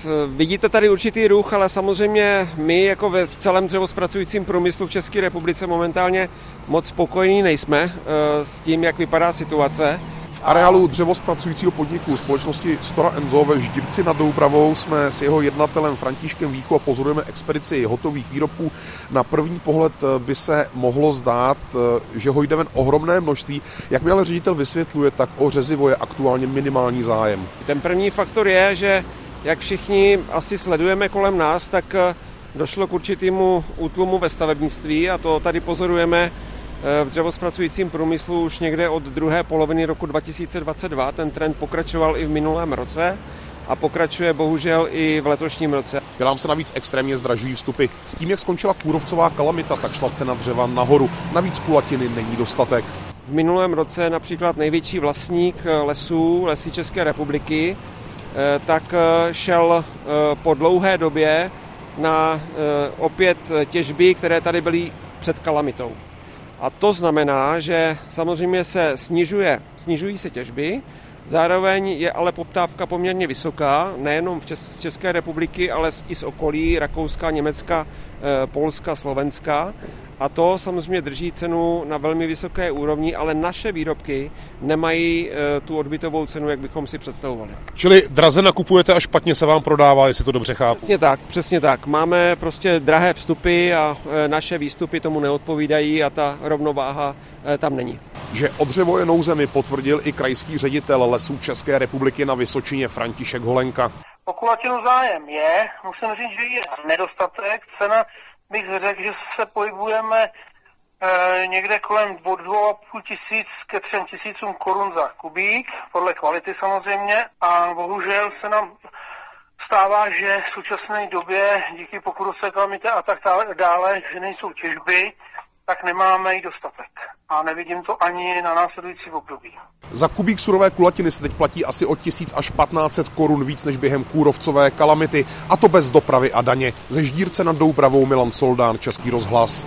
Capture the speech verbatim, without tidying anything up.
vidíte tady určitý ruch, ale samozřejmě my jako ve celém dřevozpracujícím průmyslu v České republice momentálně moc spokojení nejsme s tím, jak vypadá situace. V areálu dřevozpracujícího podniku společnosti Stora Enso ve Ždírci nad Doubravou jsme s jeho jednatelem Františkem Víchu a pozorujeme expedici hotových výrobků. Na první pohled by se mohlo zdát, že ho jde ven ohromné množství. Jak mi ale ředitel vysvětluje, tak o řezivo je aktuálně minimální zájem. Ten první faktor je, že jak všichni asi sledujeme kolem nás, tak došlo k určitému útlumu ve stavebnictví a to tady pozorujeme v dřevozpracujícím průmyslu už někde od druhé poloviny roku dva tisíce dvacet dva. Ten trend pokračoval i v minulém roce a pokračuje bohužel i v letošním roce. Dělám se navíc extrémně zdražují vstupy. S tím, jak skončila kůrovcová kalamita, tak šla cena dřeva nahoru. Navíc kulatiny není dostatek. V minulém roce například největší vlastník lesů, Lesy České republiky, tak šel po dlouhé době na opět těžby, které tady byly před kalamitou. A to znamená, že samozřejmě se snižuje, snižují se těžby, zároveň je ale poptávka poměrně vysoká, nejenom v Čes- z České republiky, ale i z okolí Rakouska, Německa, Polska, Slovenska. A to samozřejmě drží cenu na velmi vysoké úrovni, ale naše výrobky nemají tu odbytovou cenu, jak bychom si představovali. Čili draze nakupujete a špatně se vám prodává, jestli to dobře chápu. Přesně tak, přesně tak. Máme prostě drahé vstupy a naše výstupy tomu neodpovídají a ta rovnováha tam není. Že o dřevo je nouze mi potvrdil i krajský ředitel Lesů České republiky na Vysočině František Holenka. O kulatinu zájem je, musím říct, že je nedostatek. Cena bych řekl, že se pohybujeme e, někde kolem od dvou a půl tisíc ke třem tisícům korun za kubík, podle kvality samozřejmě. A bohužel se nám stává, že v současné době díky pokůrovce kalamity a tak dále, že nejsou těžby, tak nemáme jí dostatek. A nevidím to ani na následující období. Za kubík surové kulatiny se teď platí asi o tisíc až patnáct set korun víc než během kůrovcové kalamity, a to bez dopravy a daně. Ze Ždírce nad Doubravou Milan Soldán, Český rozhlas.